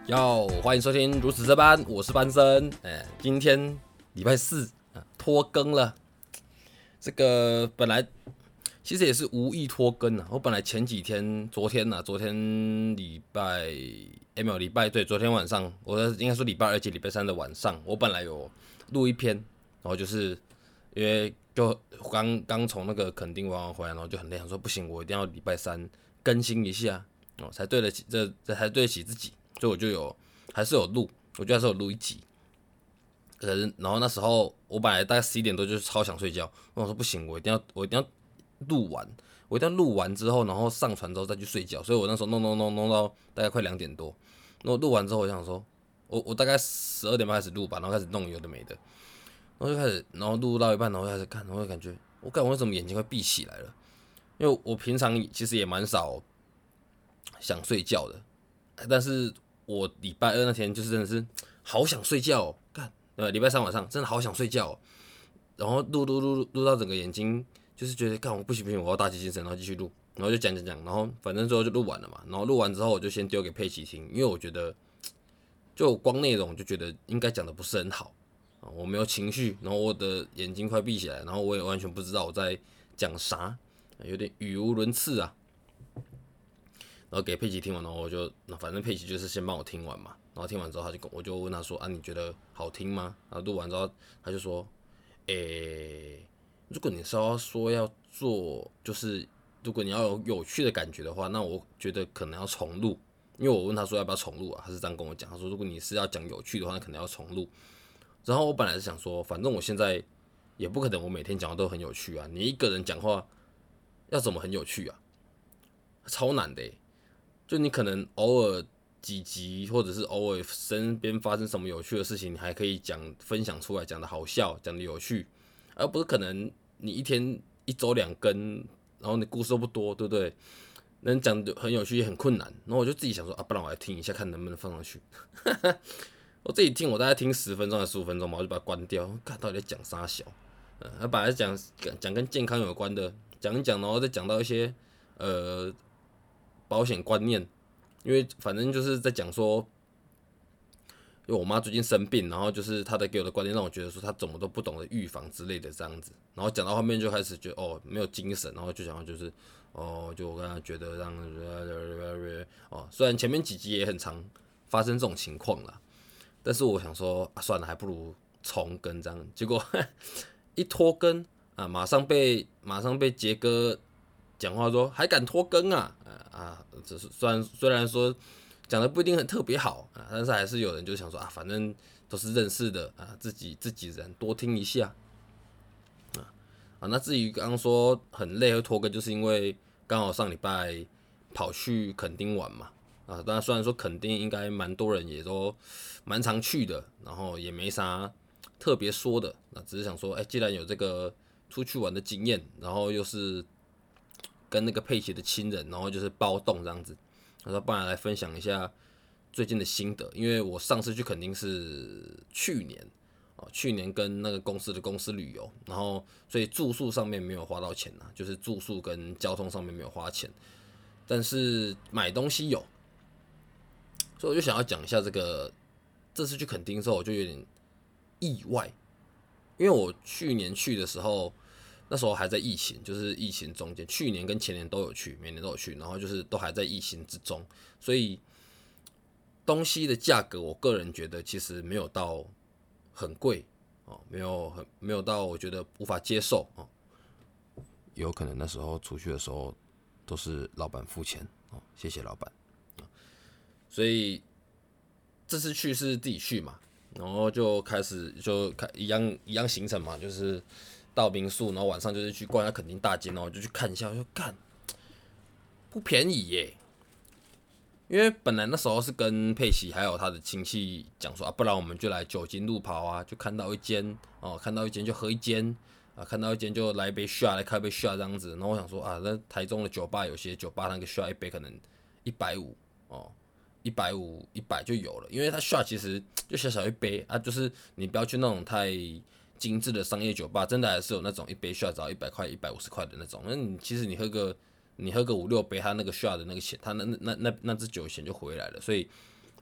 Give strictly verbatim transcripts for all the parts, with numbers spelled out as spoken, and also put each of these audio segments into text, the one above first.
哟，欢迎收听如此这般，我是班生。哎，今天礼拜四啊，拖更了。这个本来其实也是无意拖更啊。我本来前几天，昨天呐、啊，昨天礼拜，哎没有礼拜对，昨天晚上，我应该说礼拜二及礼拜三的晚上，我本来有录一篇，然后就是因为就刚刚从那个垦丁玩完回来，然后就很累，想说不行，我一定要礼拜三更新一下哦，才对得起这这才对得起自己。所以我就有还是有录，我觉得还是有录一集。可是然后那时候我本来大概十一点多就是超想睡觉，我想说不行，我一定要我一定要录完，我一定要录完之后，然后上传之后再去睡觉。所以我那时候弄弄弄弄到大概快两点多。然后录完之后，我想说，我我大概十二点半开始录吧，然后开始弄有的没的，然后就开始，然后录到一半，然后开始看，然后就感觉我感觉为什么眼睛会闭起来了？因为我平常其实也蛮少想睡觉的，但是我礼拜二那天就是真的是好想睡觉哦，干，呃，礼拜三晚上真的好想睡觉哦，然后录录录录到整个眼睛就是觉得干我不行不行，我要打起精神，然后继续录，然后就讲讲讲，然后反正最后就录完了嘛，然后录完之后我就先丢给佩奇听，因为我觉得就光内容就觉得应该讲的不是很好，我没有情绪，然后我的眼睛快闭起来，然后我也完全不知道我在讲啥，有点语无伦次啊。然后给佩奇听完，然后我就，反正佩奇就是先帮我听完嘛，然后听完之后他就我就问他说啊，你觉得好听吗？然后录完之后他就说，诶，如果你是要说要做，就是如果你要有有趣的感觉的话，那我觉得可能要重录，因为我问他说要不要重录啊，他是这样跟我讲，他说如果你是要讲有趣的话，那可能要重录。然后我本来是想说，反正我现在也不可能我每天讲的都很有趣啊，你一个人讲话要怎么很有趣啊？超难的欸。就你可能偶尔几集，或者是偶尔身边发生什么有趣的事情，你还可以讲分享出来，讲的好笑，讲的有趣，而不是可能你一天一周两更，然后你故事都不多，对不对？能讲的很有趣也很困难。然后我就自己想说啊，不然我来听一下，看能不能放上去。我自己听，我大概听十分钟还是十五分钟嘛，我就把它关掉，看到底在讲啥小。呃，本来讲讲跟健康有关的，讲一讲，然后再讲到一些呃。保险观念，因为反正就是在讲说，因为我妈最近生病，然后就是她的给我的观念让我觉得说她怎么都不懂得预防之类的这样子，然后讲到后面就开始觉得哦没有精神，然后就讲到就是哦就我刚才觉得让哦虽然前面几集也很常发生这种情况啦，但是我想说啊算了还不如重更这样，结果一拖更啊马上被马上被杰哥讲话说还敢拖更啊啊！只是虽然虽然说讲的不一定很特别好啊，但是还是有人就想说啊，反正都是认识的啊，自己自己人多听一下啊啊。那至于刚刚说很累会拖更，就是因为刚好上礼拜跑去垦丁玩嘛啊。当然虽然说垦丁应该蛮多人也都蛮常去的，然后也没啥特别说的，那只是想说，哎、欸，既然有这个出去玩的经验，然后又是跟那个佩奇的亲人，然后就是包栋这样子。他说，不然来分享一下最近的心得，因为我上次去垦丁是去年哦，去年跟那个公司的公司旅游，然后所以住宿上面没有花到钱啊，就是住宿跟交通上面没有花钱，但是买东西有，所以我就想要讲一下这个。这次去垦丁的时候，我就有点意外，因为我去年去的时候。那时候还在疫情，就是疫情中间，去年跟前年都有去，每年都有去，然后就是都还在疫情之中，所以东西的价格，我个人觉得其实没有到很贵哦，没有很没有到我觉得无法接受哦。有可能那时候出去的时候都是老板付钱哦，谢谢老板。所以这次去是自己去嘛，然后就开始就开一样一样行程嘛，就是到民宿，然后晚上就是去逛一下垦丁大街，然后我就去看一下，就看不便宜耶。因为本来那时候是跟佩奇还有他的亲戚讲说啊，不然我们就来酒精路跑啊，就看到一间哦，看到一间就喝一间啊，看到一间就来一杯 shot 来开一杯 shot 这样子。然后我想说啊，那台中的酒吧有些酒吧那个 shot 一杯可能一百五哦，一百五一百就有了，因为它 shot 其实就小小一杯啊，就是你不要去那种太精致的商业酒吧，真的还是有那种一杯 shot 只要一百块、一百五十块的那种。那你其实你喝个你喝个五六杯，他那个 shot 的那个钱，他那那那那支酒钱就回来了。所以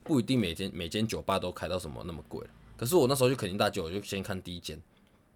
不一定每间每间酒吧都开到什么那么贵。可是我那时候去垦丁大酒，我就先看第一间，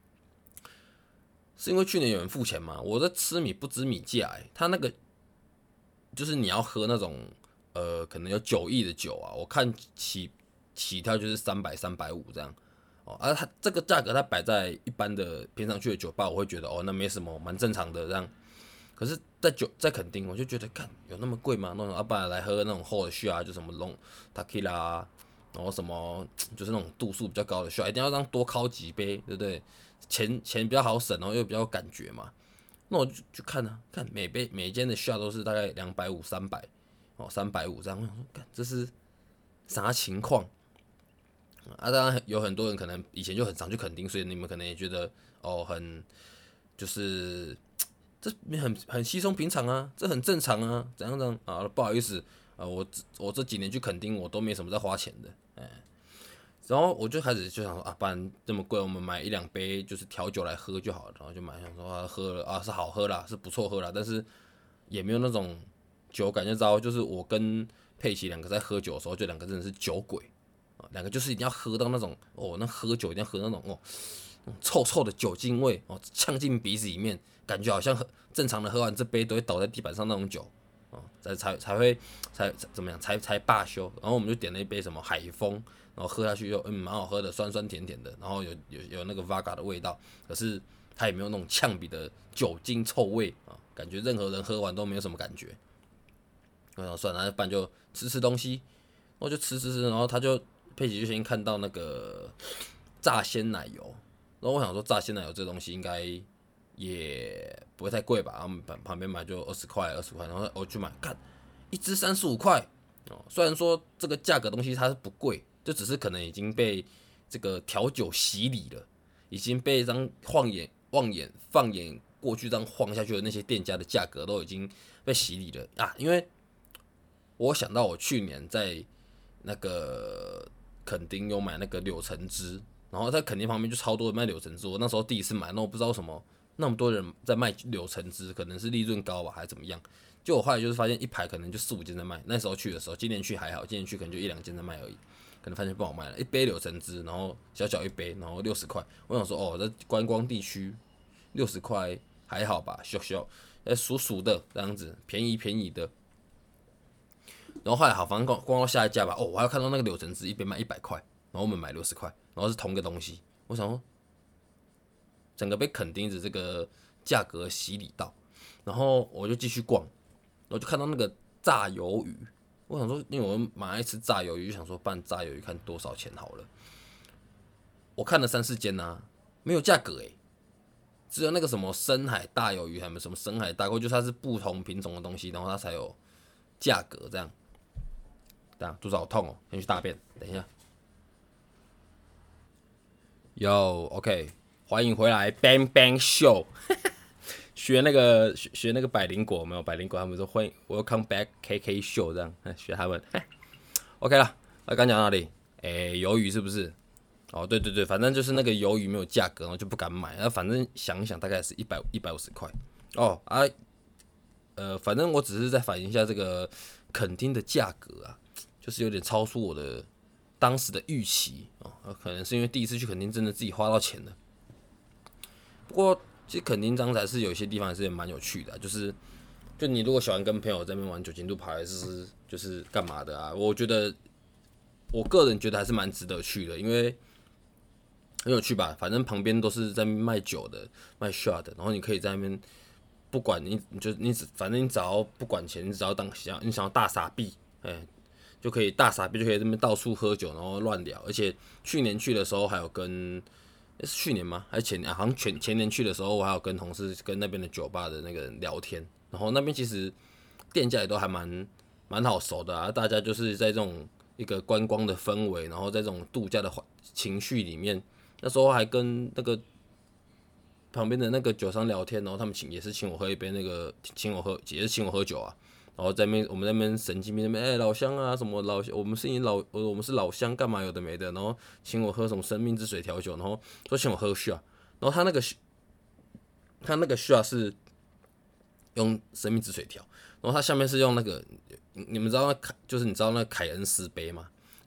是因为去年有人付钱嘛，我在吃米不知米价哎、欸，他那个就是你要喝那种呃可能有九亿的酒啊，我看起起跳就是三百三百五这样。哦，而、啊、它这个价格，它摆在一般的平常去的酒吧，我会觉得哦，那没什么，蛮正常的这样。可是在酒在垦丁，我就觉得，看有那么贵吗？那种阿爸来喝那种厚的雪啊，就什么龙 Tequila 啊，然后什么就是那种度数比较高的雪，一定要让多敲几杯，对不对？钱钱比较好省，然后又比较有感觉嘛。那我就去看啊，看每杯每一间的雪都是大概两百五、三百哦，三百五这样。我想说，看这是啥情况？啊，当然有很多人可能以前就很常去垦丁，所以你们可能也觉得哦，很就是这很很稀松平常啊，这很正常啊，怎样怎样啊？不好意思啊，我我这几年去垦丁，我都没什么在花钱的，哎，然后我就开始就想说啊，不然这么贵，我们买一两杯就是调酒来喝就好了，然后就买，想说啊，喝了啊是好喝啦，是不错喝啦，但是也没有那种酒感，就知道就是我跟佩奇两个在喝酒的时候，就两个真的是酒鬼。两个就是一定要喝到那种哦，那喝酒一定要喝那种哦，臭臭的酒精味哦，呛进鼻子里面，感觉好像正常的喝完这杯都会倒在地板上那种酒哦，才才才会才怎么样才才罢休。然后我们就点了一杯什么海风，然后喝下去又嗯蛮好喝的，酸酸甜甜的，然后有有有那个 Vodka 的味道，可是它也没有那种呛鼻的酒精臭味啊，感觉任何人喝完都没有什么感觉。我想算了，那不然就吃吃东西，我就吃吃吃，然后他就。佩奇就先看到那个炸鲜奶油，然后我想说炸鲜奶油这东西应该也不会太贵吧，然后旁边买就二十块二十块，然后我去买，看一支三十五块哦。虽然说这个价格东西它是不贵，就只是可能已经被这个调酒洗礼了，已经被这样晃眼望眼放眼过去这样晃下去的那些店家的价格都已经被洗礼了啊。因为我想到我去年在那个。垦丁有买那个柳橙汁，然后在垦丁旁边就超多人卖柳橙汁。我那时候第一次买，那我不知道什么那么多人在卖柳橙汁，可能是利润高吧，还是怎么样？就我后来就是发现一排可能就四五间在卖。那时候去的时候，今年去还好，今年去可能就一两间在卖而已。可能发现不好卖了，一杯柳橙汁，然后小小一杯，然后六十块。我想说，哦，在观光地区六十块还好吧，小小，呃，属属的这样子，便宜便宜的。然后后来好，反正逛逛到下一家吧，哦，我还有看到那个柳橙汁一杯卖一百块，然后我们买六十块，然后是同个东西。我想说，整个被垦丁子这个价格洗礼到，然后我就继续逛，我就看到那个炸鱿鱼，我想说，因为我蛮爱吃炸鱿鱼，就想说办炸鱿鱼看多少钱好了。我看了三四间呐，没有价格诶、欸，只有那个什么深海大鱿鱼，还有什么深海大锅，就是它是不同品种的东西，然后它才有价格这样。等下肚子好痛哦，先去大便。等一下。Yo OK， 欢迎回来 Bang Bang Show 学那个学学那个百灵果有没有？百灵果他们说欢迎 Welcome back K K Show 这样学他们。OK 啦，那刚讲哪里？哎、欸，鱿鱼是不是？哦，对对对，反正就是那个鱿鱼没有价格，然后就不敢买。那反正想一想，大概是一百一百五十块。哦啊，呃，反正我只是在反映一下这个垦丁的价格啊。就是有点超出我的当时的预期哦，可能是因为第一次去垦丁真的自己花到钱了。不过其实垦丁章才是有一些地方还是蛮有趣的、啊，就是就你如果喜欢跟朋友在那边玩酒精路跑，还是就是干嘛的啊？我觉得我个人觉得还是蛮值得去的，因为很有趣吧。反正旁边都是在卖酒的、卖 shot 的，然后你可以在那边，不管你你就你反正你只要不管钱，你只要当想你想要大傻逼，哎、欸。就可以大傻逼就可以在那边到处喝酒，然后乱聊。而且去年去的时候还有跟，是去年吗？还是前年？好像前前年去的时候，我还有跟同事跟那边的酒吧的那个人聊天。然后那边其实店家也都还蛮蛮好熟的啊，大家就是在这种一个观光的氛围，然后在这种度假的情绪里面，那时候还跟那个旁边的那个酒商聊天，然后他们请也是请我喝一杯那个，请我喝也是请我喝酒啊。然后在那边，我们在那边神经病那边，哎、欸，老乡啊，什么老，我们是你老，我们是老乡，干嘛有的没的，然后请我喝什么生命之水调酒，然后说请我喝 shot， 然后他那个他那个 shot 是用生命之水调，然后他下面是用那个，你们知道那就是你知道那个凯恩斯杯吗？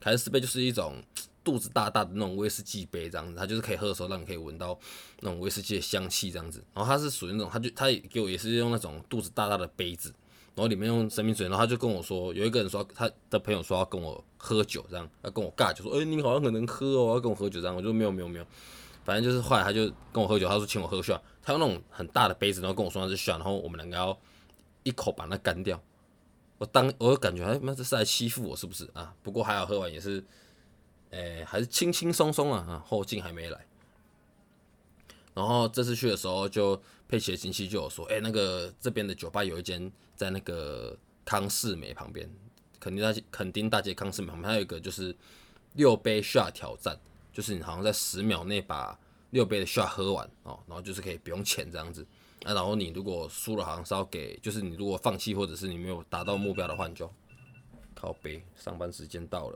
凯恩斯杯就是一种肚子大大的那种威士忌杯这样子，它就是可以喝的时候让你可以闻到那种威士忌的香气这样子。然后它是属于那种，他就他也给我也是用那种肚子大大的杯子，然后里面用生命水，然后他就跟我说，有一个人说他的朋友说要跟我喝酒这样，要跟我尬酒说，哎、欸，你好像很能喝哦，要跟我喝酒这样，我就没有没有没有。反正就是后来他就跟我喝酒，他说请我喝 shot， 他用那种很大的杯子，然后跟我说那是 shot， 然后我们两个要一口把它干掉。我当我就感觉哎妈这是来欺负我是不是啊？不过还好喝完也是，诶、欸、还是轻轻松松啊啊，后劲还没来。然后这次去的时候就佩奇的亲戚就有说，哎、欸、那个这边的酒吧有一间在那个康士美旁边，垦丁大街垦丁大街康士美旁边，还有一个就是六杯 shot 挑战。就是你好像在十秒内把六杯的 shot 喝完哦，然后就是可以不用钱这样子。啊，然后你如果输了，好像是要给，就是你如果放弃或者是你没有达到目标的话，你就靠杯。上班时间到了，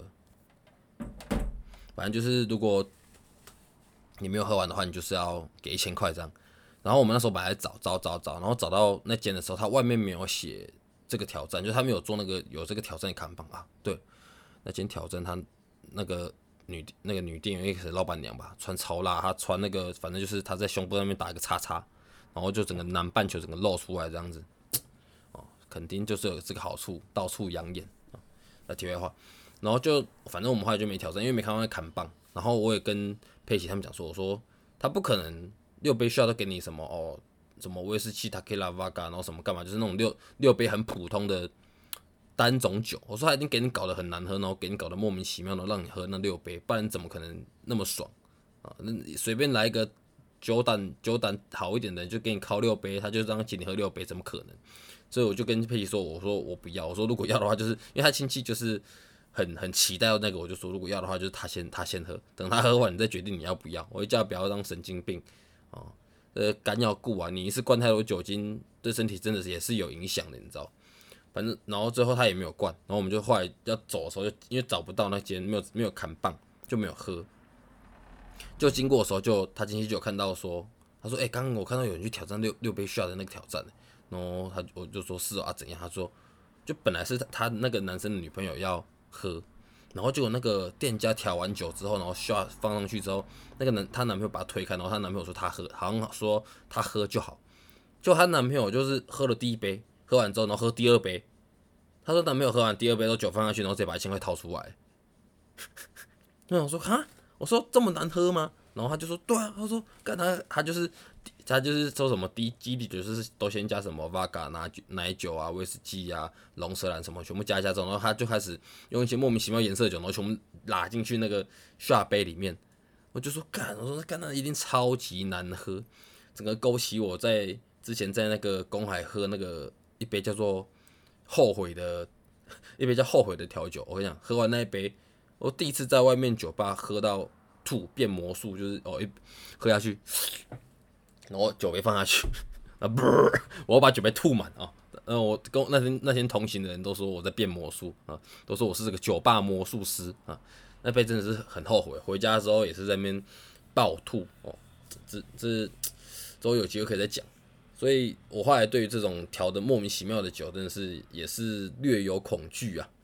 反正就是如果你没有喝完的话，你就是要给一千块这样。然后我们那时候本来找找找找，然后找到那间的时候，它外面没有写这个挑战，就是他没有做那个有这个挑战的看板啊。对，那间挑战它那个。女那个女店员，也是老板娘吧，穿超辣，她穿那个反正就是她在胸部那边打一个叉叉，然后就整个南半球整个露出来这样子，哦，肯定就是有这个好处，到处养眼啊。那题外话，然后就反正我们后来就没挑战，因为没看到那砍棒，然后我也跟佩奇他们讲说，我说他不可能六杯需要都给你什么哦，什么威士忌、塔 q 拉、v 嘎，然后什么干嘛，就是那种六六杯很普通的。单种酒，我说他已经给你搞得很难喝，然后给你搞得莫名其妙的让你喝那六杯，不然怎么可能那么爽啊？那随便来一个酒胆酒胆好一点的人就给你敲六杯，他就让请你喝六杯，怎么可能？所以我就跟佩奇说，我说我不要，我说如果要的话，就是因为他亲戚就是很很期待那个，我就说如果要的话，就是他先他先喝，等他喝完你再决定你要不要。我就叫他不要当神经病啊，呃肝要顾啊，你一次灌太多酒精对身体真的是也是有影响的，你知道。反正，然后最后他也没有灌，然后我们就后来要走的时候，就因为找不到那间，没有没有砍棒，就没有喝。就经过的时候就，他亲戚就有看到说，他说：“哎、欸，刚刚我看到有人去挑战六六杯 shot 的那个挑战。”然后他我就说：“是啊，怎样？”他说：“就本来是他那个男生的女朋友要喝，然后结果那个店家调完酒之后，然后 shot 放上去之后，那个男她男朋友把他推开，然后她男朋友说他喝，好像说他喝就好。就她男朋友就是喝了第一杯。”喝完之后，然后喝第二杯，他说男朋友喝完第二杯都酒放下去，然后直接把一千块掏出来。我想说哈，我说这么难喝吗？然后他就说对啊，他说干他他就是他就是说什么低基底酒就是都先加什么 vodka 奶奶酒啊、威士忌啊、龙舌兰什么全部加一加之后，然后他就开始用一些莫名其妙颜色的酒，然后全部拉进去那个 shot 杯里面。我就说干，我说干那一定超级难喝，整个勾起我在之前在那个公海喝那个。一杯叫做后悔的，一杯叫后悔的调酒。我跟你讲，喝完那一杯，我第一次在外面酒吧喝到吐变魔术，就是哦一喝下去，然后酒杯放下去，啊不，我要把酒杯吐满啊。呃，我跟那天那天同行的人都说我在变魔术啊，都说我是这个酒吧魔术师啊。那杯真的是很后悔，回家的时候也是在那边暴吐哦。这这之后有机会可以再讲。所以我后来对于这种调的莫名其妙的酒，真的是也是略有恐惧啊。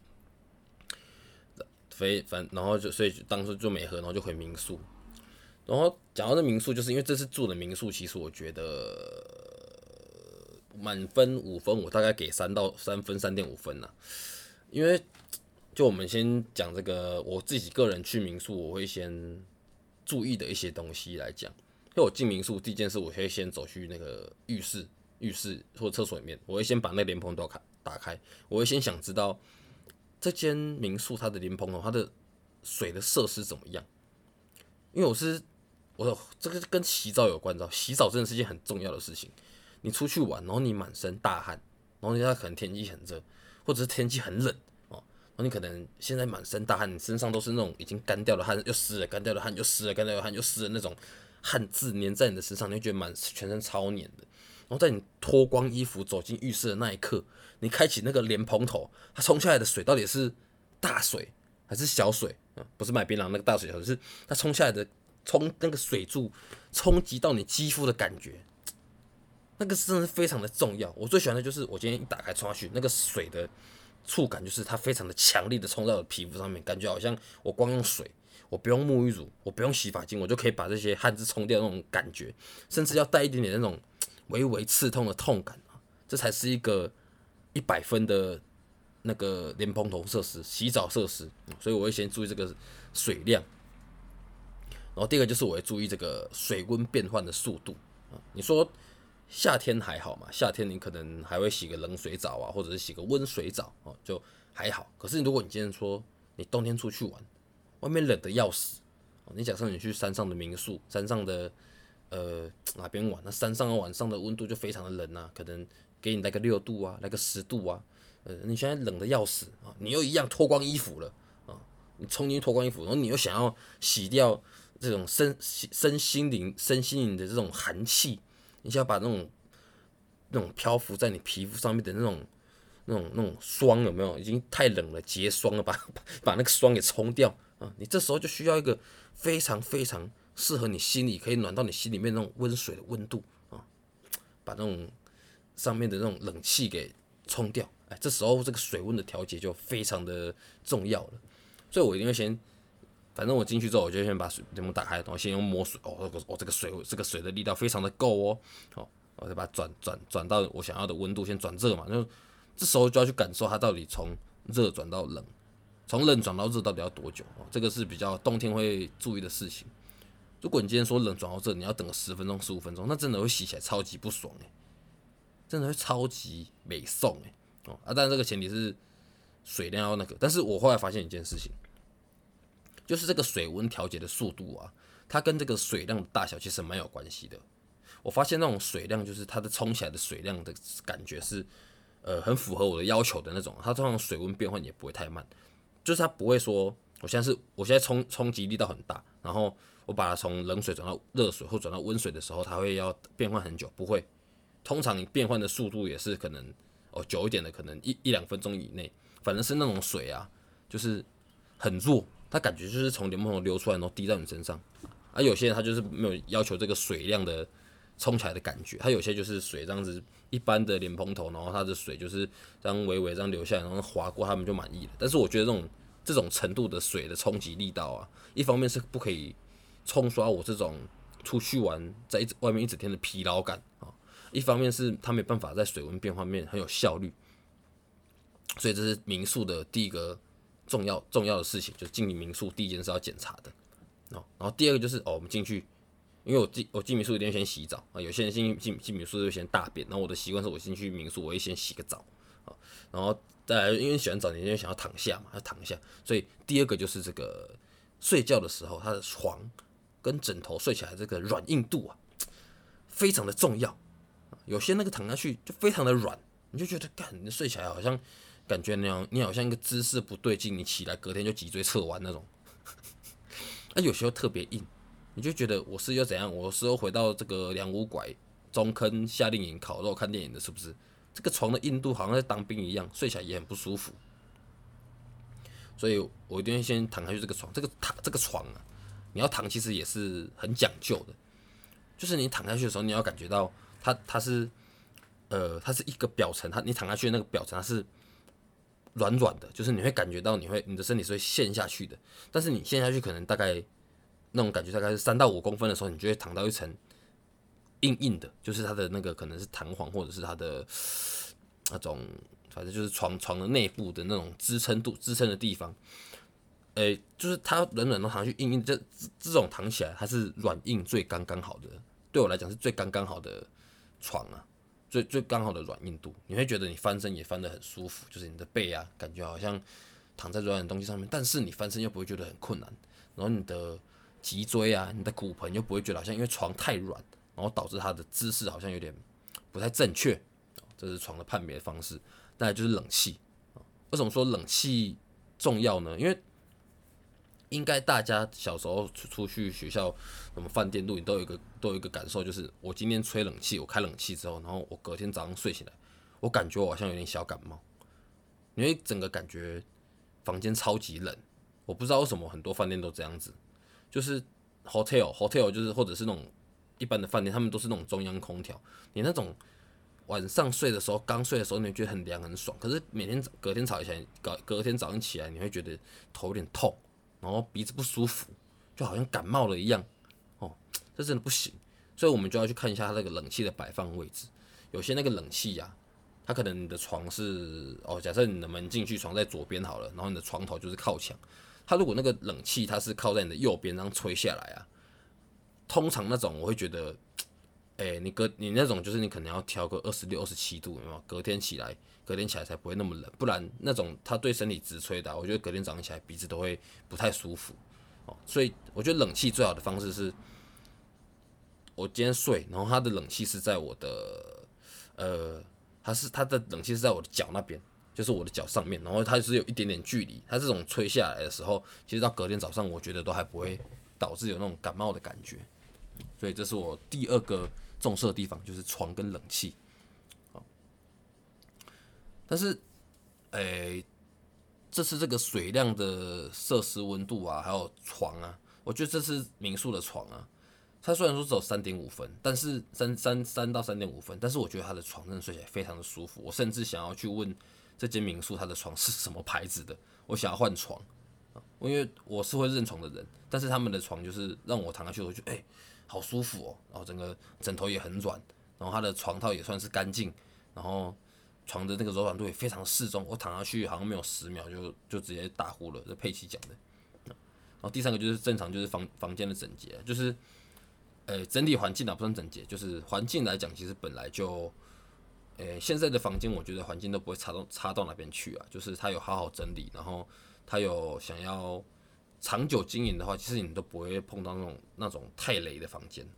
非反然后就所以当初就没喝，然后就回民宿。然后讲到这民宿，就是因为这次住的民宿，其实我觉得满分五分，我大概给三到三分三点五分呐、啊。因为就我们先讲这个，我自己个人去民宿，我会先注意的一些东西来讲。因为我进民宿第一件事，我会先走去那个浴室、浴室或厕所里面，我会先把那个莲蓬头打开，我会先想知道这间民宿它的莲蓬头它的水的设施怎么样。因为我是我这个跟洗澡有关，知道洗澡真的是件很重要的事情。你出去玩，然后你满身大汗，然后你可能天气很热，或者是天气很冷哦，然后你可能现在满身大汗，你身上都是那种已经干掉的汗，又湿了，干掉的汗又湿了，干掉的汗又湿了那种。汗渍粘在你的身上，你会觉得满全身超黏的。然后在你脱光衣服走进浴室的那一刻，你开启那个莲蓬头，它冲下来的水到底是大水还是小水？嗯、不是买槟榔那个大水小水，是它冲下来的冲那个水柱冲击到你肌肤的感觉，那个真的是非常的重要。我最喜欢的就是我今天一打开冲下去，那个水的触感就是它非常的强力的冲到我的皮肤上面，感觉好像我光用水，我不用沐浴乳，我不用洗发精，我就可以把这些汗渍冲掉那种感觉，甚至要带一点点那种微微刺痛的痛感，这才是一个一百分的那个莲蓬头设施、洗澡设施。所以我会先注意这个水量，然后第二个就是我会注意这个水温变换的速度。你说夏天还好嘛？夏天你可能还会洗个冷水澡啊，或者是洗个温水澡哦，就还好。可是如果你今天说你冬天出去玩，外面冷的要死，你假设你去山上的民宿，山上的呃哪边玩，那山上晚上的温度就非常的冷啊，可能给你来个六度啊，来个十度啊，呃你现在冷的要死啊，你又一样脱光衣服了啊，你冲进去脱光衣服，然后你又想要洗掉这种身身心灵身心灵的这种寒气。你想要把那种那种漂浮在你皮肤上面的那种那种那种霜有没有？已经太冷了，结霜了，把把那个霜给冲掉啊！你这时候就需要一个非常非常适合你心里，可以暖到你心里面那种温水的温度啊，把那种上面的那种冷气给冲掉。哎，这时候这个水温的调节就非常的重要了。所以我一定会先。反正我进去之后，我就先把水帘幕打开，然后先用摸水，哦，哦，这个水，这个水的力道非常的够哦，好，我再把它转转转到我想要的温度，先转热嘛，就这时候就要去感受它到底从热转到冷，从冷转到热到底要多久，哦，这个是比较冬天会注意的事情。如果你今天说冷转到热，你要等个十分钟、十五分钟，那真的会洗起来超级不爽哎，真的会超级美送哎，哦啊，但这个前提是水量要那个，但是我后来发现一件事情。就是这个水温调节的速度啊，它跟这个水量的大小其实蛮有关系的。我发现那种水量，就是它的冲起来的水量的感觉是，呃，很符合我的要求的那种。它通常水温变换也不会太慢，就是它不会说，我现在是我现在冲冲击力道很大，然后我把它从冷水转到热水或转到温水的时候，它会要变换很久，不会。通常变换的速度也是可能哦久一点的，可能一一两分钟以内。反正是那种水啊，就是很弱。它感觉就是从莲蓬头流出来，然后滴到你身上。啊，有些人他就是没有要求这个水量的冲起来的感觉，他有些就是水这样子一般的莲蓬头，然后它的水就是这样微微这样流下来，然后划过他们就满意了。但是我觉得这种这种程度的水的冲击力道啊，一方面是不可以冲刷我这种出去玩在一外面一整天的疲劳感啊，一方面是它没办法在水温变化面很有效率，所以这是民宿的第一个。重要重要的事情就是进民宿第一件事要检查的，哦，然后第二个就是哦，我们进去，因为我进我进民宿一定先洗澡啊，有些人进进进民宿就先大便，然后我的习惯是我进去民宿我会先洗个澡啊，然后再来因为洗完澡你就想要躺下嘛，要躺下，所以第二个就是这个睡觉的时候，它的床跟枕头睡起来这个软硬度啊，非常的重要，有些那个躺下去就非常的软，你就觉得干你睡起来好像。感觉你好，你好像一个姿势不对劲，你起来隔天就脊椎侧弯那种。啊，有时候特别硬，你就觉得我是又怎样？我是又回到这个两五拐中坑夏令营烤肉看电影的，是不是？这个床的硬度好像在当兵一样，睡起来也很不舒服。所以我一定会先躺下去这个床，这个躺这个床啊，你要躺其实也是很讲究的，就是你躺下去的时候，你要感觉到它它是呃它是一个表层，它你躺下去的那个表层它是。软软的，就是你会感觉到你会你的身体是会陷下去的，但是你陷下去可能大概那种感觉大概是三到五公分的时候，你就会躺到一层硬硬的，就是它的那个可能是弹簧或者是它的那种，反正就是床床的内部的那种支撑度支撑的地方，诶、欸，就是它软软的躺下去硬硬，这这种躺起来它是软硬最刚刚好的，对我来讲是最刚刚好的床啊。最最刚好的软硬度，你会觉得你翻身也翻得很舒服，就是你的背啊，感觉好像躺在软软的东西上面，但是你翻身又不会觉得很困难，然后你的脊椎啊、你的骨盆又不会觉得好像因为床太软，然后导致它的姿势好像有点不太正确，这是床的判别方式。再来就是冷气，为什么说冷气重要呢？因为应该大家小时候出去学校、什么饭店、露营都有一个都有一个感受，就是我今天吹冷气，我开冷气之后，然后我隔天早上睡起来，我感觉我好像有点小感冒，因为整个感觉房间超级冷。我不知道为什么很多饭店都这样子，就是 hotel hotel 就是或者是那种一般的饭店，他们都是那种中央空调，你那种晚上睡的时候，刚睡的时候，你会觉得很凉很爽，可是每天隔天早起来，隔隔天早上起来，你会觉得头有点痛，然后鼻子不舒服，就好像感冒了一样。哦，这真的不行，所以我们就要去看一下它那个冷气的摆放位置。有些那个冷气呀、啊，它可能你的床是哦，假设你的门进去，床在左边好了，然后你的床头就是靠墙。它如果那个冷气它是靠在你的右边，然后吹下来啊，通常那种我会觉得，哎、欸，你隔你那种就是你可能要调个二十六、二十七度，有没有？隔天起来，隔天起来才不会那么冷，不然那种它对身体直吹的、啊，我觉得隔天早上起来鼻子都会不太舒服。哦，所以我觉得冷气最好的方式是，我今天睡，然后它的冷气是在我的，呃，它是它的冷气是在我的脚那边。就是我的脚上面，然后它是有一点点距离，它这种吹下来的时候，其实到隔天早上，我觉得都还不会导致有那种感冒的感觉，所以这是我第二个重视的地方，就是床跟冷气。但是，诶、欸，这次这个水量的摄氏温度啊，还有床啊，我觉得这次民宿的床啊，它虽然说只有三点五分，但是三三三到三点五分，但是我觉得它的床真的睡起来非常的舒服，我甚至想要去问。这间民宿它的床是什么牌子的？我想要换床，因为我是会认床的人，但是他们的床就是让我躺下去，我就觉得哎、欸，好舒服哦，然后整个枕头也很软，然后它的床套也算是干净，然后床的那个柔软度也非常适中，我躺下去好像没有十秒就就直接打呼了，这佩奇讲的。然后第三个就是正常就是房房间的整洁，就是呃、欸、整体环境啊不算整洁，就是环境来讲其实本来就。诶、欸，现在的房间我觉得环境都不会差到差到哪边去啊，就是他有好好整理，然后他有想要长久经营的话，其实你都不会碰到那种那种太雷的房间。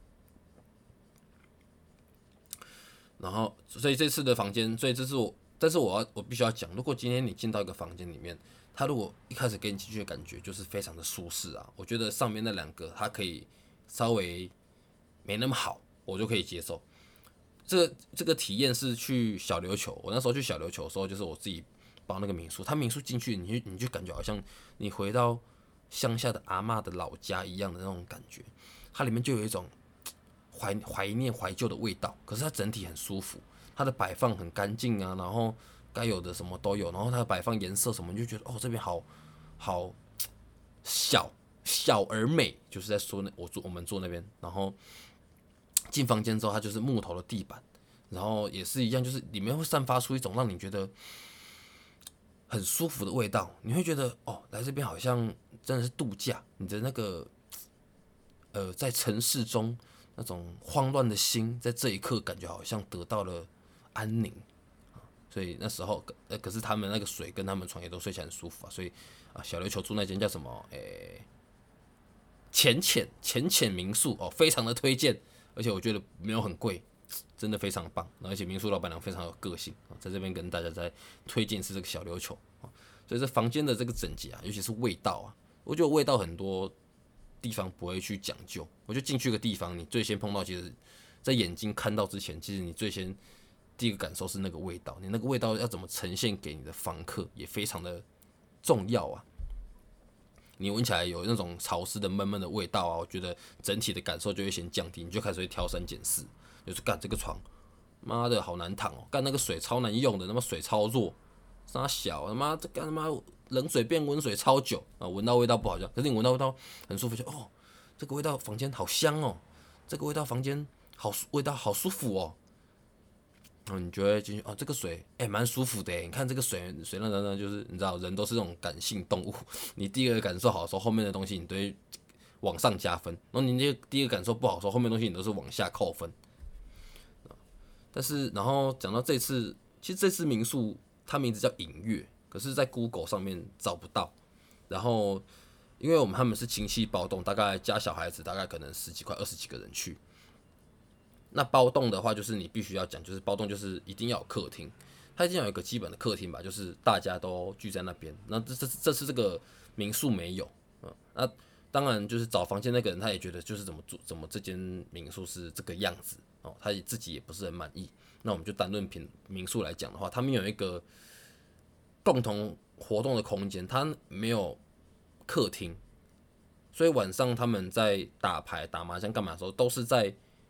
然后，所以这次的房间，所以这是我，但是我要我必须要讲，如果今天你进到一个房间里面，他如果一开始给你进去的感觉就是非常的舒适啊，我觉得上面那两个它可以稍微没那么好，我就可以接受。这个这个体验是去小琉球，我那时候去小琉球的时候，就是我自己包那个民宿，他民宿进去，你就你就感觉好像你回到乡下的阿嬷的老家一样的那种感觉，它里面就有一种怀怀念怀旧的味道，可是它整体很舒服，它的摆放很干净啊，然后该有的什么都有，然后它的摆放颜色什么，你就觉得哦这边好好小小而美，就是在说那我住我们住那边，然后。进房间之后，它就是木头的地板，然后也是一样，就是里面会散发出一种让你觉得很舒服的味道。你会觉得哦，来这边好像真的是度假。你的那个呃，在城市中那种慌乱的心，在这一刻感觉好像得到了安宁。所以那时候，呃，可是他们那个水跟他们床也都睡起来很舒服啊。所以啊，小琉球住那间叫什么？诶、欸，浅浅浅浅民宿哦，非常的推荐。而且我觉得没有很贵，真的非常棒。而且民宿老板娘非常有个性，在这边跟大家再推荐是这个小琉球。所以这房间的这个整洁啊，尤其是味道啊，我觉得味道很多地方不会去讲究。我就进去一个地方，你最先碰到，其实在眼睛看到之前，其实你最先第一个感受是那个味道。你那个味道要怎么呈现给你的房客，也非常的重要啊。你闻起来有那种潮湿的闷闷的味道啊，我觉得整体的感受就会先降低，你就开始会挑三拣四，就是干这个床，妈的好难躺哦，干那个水超难用的，他妈水超弱，啥小他妈这干他妈冷水变温水超久啊，闻到味道不好笑，可是你闻到味道很舒服，就哦这个味道房间好香哦，这个味道房间好味道好舒服哦。然后你就会进去哦，这个水哎蛮、欸、舒服的哎，你看这个水水那那就是你知道人都是那种感性动物，你第一个感受好的时候，后面的东西你都会往上加分，然后你那第一个感受不好的时候，后面的东西你都是往下扣分。但是然后讲到这次，其实这次民宿它名字叫隐月，可是在 Google 上面找不到。然后因为我们他们是亲戚包栋，大概加小孩子大概可能十几块二十几个人去。那包栋的话，就是你必须要讲，就是包栋就是一定要有客厅，它一定要有一个基本的客厅吧，就是大家都聚在那边。那这这这次这个民宿没有，嗯，那当然就是找房间那个人他也觉得就是怎么住怎么这间民宿是这个样子哦，他自己也不是很满意。那我们就单论民民宿来讲的话，他们有一个共同活动的空间，它没有客厅，所以晚上他们在打牌、打麻将、干嘛的时候都是在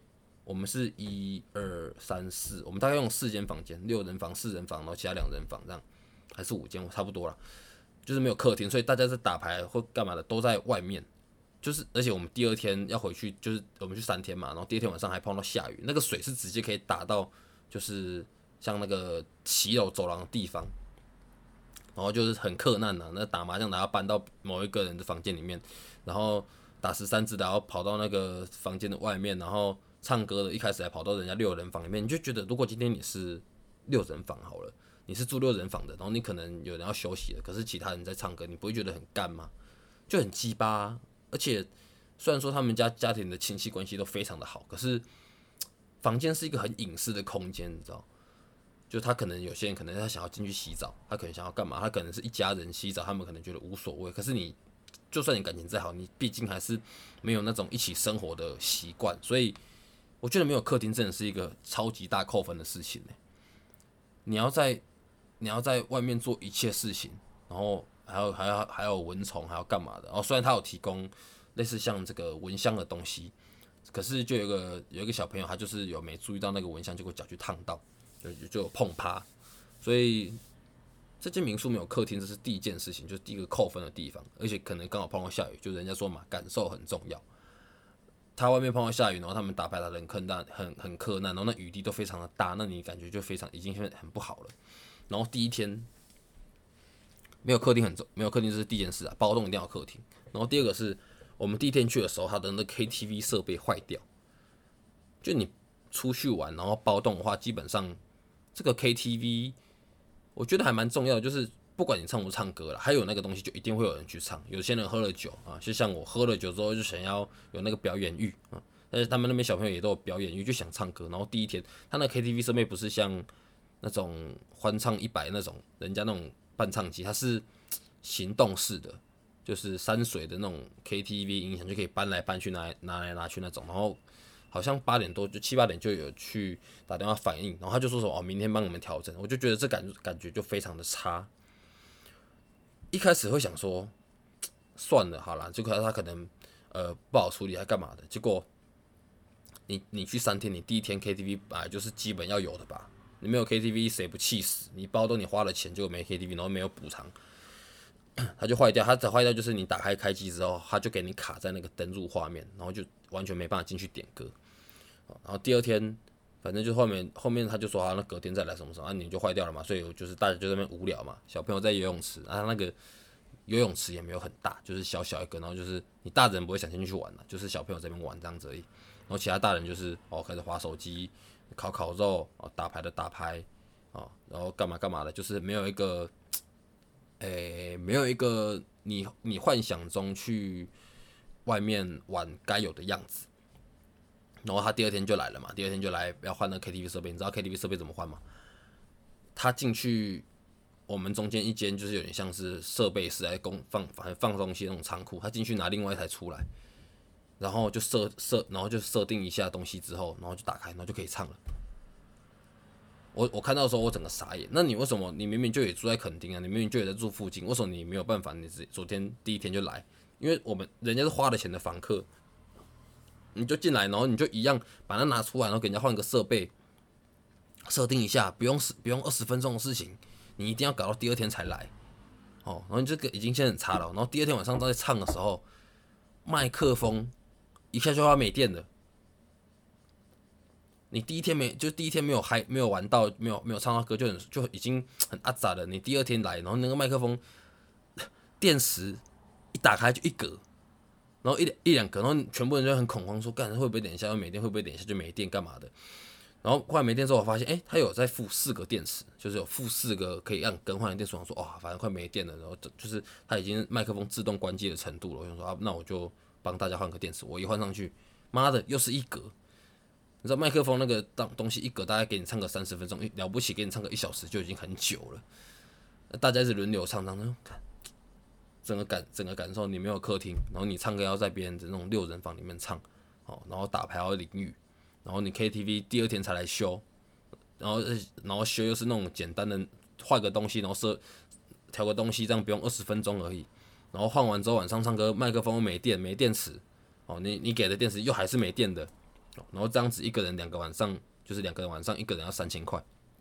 我们是一二三四，我们大概用四间房间，六人房、四人房，然后其他两人房这样，还是五间，差不多啦。就是没有客厅，所以大家在打牌或干嘛的都在外面。就是而且我们第二天要回去，就是我们去三天嘛，然后第二天晚上还碰到下雨，那个水是直接可以打到，就是像那个骑楼走廊的地方，然后就是很克难呐、啊。那打麻将的要搬到某一个人的房间里面，然后打十三支的要跑到那个房间的外面，然后唱歌的一开始还跑到人家六人房里面，你就觉得如果今天你是六人房好了，你是住六人房的，然后你可能有人要休息了，可是其他人在唱歌，你不会觉得很干吗？就很鸡巴、啊。而且虽然说他们家家庭的亲戚关系都非常的好，可是房间是一个很隐私的空间，你知道？就他可能有些人可能他想要进去洗澡，他可能想要干嘛？他可能是一家人洗澡，他们可能觉得无所谓。可是你就算你感情再好，你毕竟还是没有那种一起生活的习惯，所以我觉得没有客厅真的是一个超级大扣分的事情、欸、你要在你要在外面做一切事情，然后还有还要还有蚊虫，还要干嘛的？然后虽然他有提供类似像这个蚊香的东西，可是就有一个有一个小朋友，他就是有没注意到那个蚊香，结果脚去烫到，就就有碰趴。所以这间民宿没有客厅，这是第一件事情，就是第一个扣分的地方。而且可能刚好碰到下雨，就人家说嘛，感受很重要。他外面碰到下雨，然后他们打牌打得很困难，很很困难，然后那雨滴都非常的大，那你感觉就非常已经很不好了。然后第一天没有客厅很重，没有客厅这是第一件事啊，包栋一定要有客厅。然后第二个是我们第一天去的时候，他的那 K T V 设备坏掉。就你出去玩，然后包栋的话，基本上这个 K T V 我觉得还蛮重要的，就是不管你唱不唱歌啦，还有那个东西就一定会有人去唱。有些人喝了酒啊，就像我喝了酒之后就想要有那个表演欲啊，但是他们那边小朋友也都有表演欲，就想唱歌。然后第一天他那 K T V 设备不是像那种欢唱一百那种人家那种伴唱机，它是行动式的，就是山水的那种 K T V 音响，就可以搬来搬去拿来拿来拿去那种。然后好像八点多就七八点就有去打电话反映，然后他就说什么哦，明天帮我们调整。我就觉得这感感觉就非常的差。一开始会想说算了好啦，就可能他可能呃不好处理还干嘛的，结果你你去三天，你第一天 K T V 本来就是基本要有的吧？你没有 K T V 谁不气死？你包都你花了钱，结果没 K T V， 然后没有补偿，它就坏掉。它只坏掉就是你打开开机之后，它就给你卡在那个登录画面，然后就完全没办法进去点歌。然后第二天，反正就后面后面他就说啊，那隔天再来什么什么，啊你就坏掉了嘛，所以就是大家就在那边无聊嘛，小朋友在游泳池，啊那个游泳池也没有很大，就是小小一个，然后就是你大人不会想进去玩了，就是小朋友在那边玩这样子而已。然后其他大人就是哦开始滑手机、烤烤肉、哦打牌的打牌，哦然后干嘛干嘛的，就是没有一个，诶没有一个你你幻想中去外面玩该有的样子。然后他第二天就来了嘛，第二天就来要换那个 K T V 设备。你知道 K T V 设备怎么换吗？他进去我们中间一间就是有点像是设备室来供放放放东西那种仓库，他进去拿另外一台出来，然后就设设，然后就设定一下东西之后，然后就打开，然后就可以唱了。我我看到的时候我整个傻眼。那你为什么你明明就也住在垦丁啊，你明明就也在住附近，为什么你没有办法？你昨天第一天就来？因为我们人家是花了钱的房客。你就进来，然后你就一样把它拿出来，然后给人家换个设备，设定一下，不用不用二十分钟的事情，你一定要搞到第二天才来，哦，然后你这个已经现在很差了，然后第二天晚上在唱的时候，麦克风一下就要没电了，你第一天没就第一天没有嗨，没有玩到，没有没有唱到歌就很就已经很阿杂了，你第二天来，然后那个麦克风电池一打开就一格。然后一一两个，然后全部人就很恐慌，说干会不会等一下要没电，会不会等一下就没电干嘛的？然后后来没电之后，我发现，哎，他有在附四个电池，就是有附四个可以让更换的电池。我说，哇，反正快没电了，然后就是他已经麦克风自动关机的程度了。我想说啊，那我就帮大家换个电池。我一换上去，妈的，又是一格。你知道麦克风那个东西一格，大概给你唱个三十分钟，了不起给你唱个一小时就已经很久了。大家一直轮流唱，唱唱，看。整个感整个感受，你没有客厅，然后你唱歌要在别人的那种六人房里面唱，哦，然后打牌要淋雨，然后你 K T V 第二天才来修，然后然后修又是那种简单的换个东西，然后设调个东西，这样不用二十分钟而已，然后换完之后晚上唱歌，麦克风没电没电池，哦，你你给的电池又还是没电的， 然后这样子一个人两个晚上，就是两个人晚上一个人要三千块，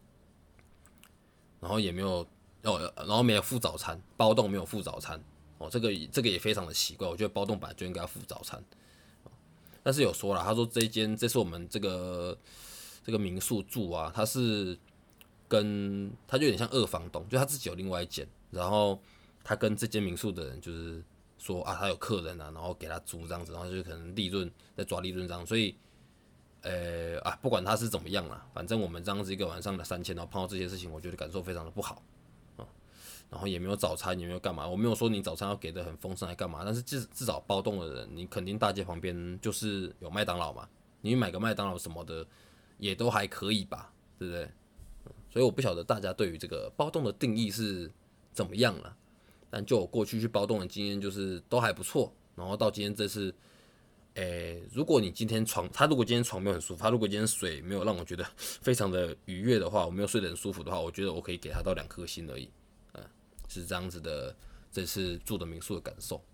然后也没有哦，然后没有付早餐，包栋没有付早餐哦，这个这个也非常的奇怪，我觉得包栋本来就应该要付早餐，但是有说了，他说这一间这是我们这个这个民宿住啊，他是跟他就有点像二房东，就他自己有另外一间，然后他跟这间民宿的人就是说啊，他有客人啊，然后给他租这样子，然后就可能利润在抓利润这样，所以呃啊，不管他是怎么样啦，反正我们这样子一个晚上的三千，然后碰到这些事情，我觉得感受非常的不好啊。然后也没有早餐，也没有干嘛，我没有说你早餐要给的很丰盛来干嘛，但是至至少包栋的人，你肯定大街旁边就是有麦当劳嘛，你买个麦当劳什么的也都还可以吧，对不对？所以我不晓得大家对于这个包栋的定义是怎么样了，但就我过去去包栋的经验就是都还不错，然后到今天这次。诶，如果你今天床，他如果今天床没有很舒服，他如果今天水没有让我觉得非常的愉悦的话，我没有睡得很舒服的话，我觉得我可以给他到两颗星而已，嗯，是这样子的，这次住的民宿的感受。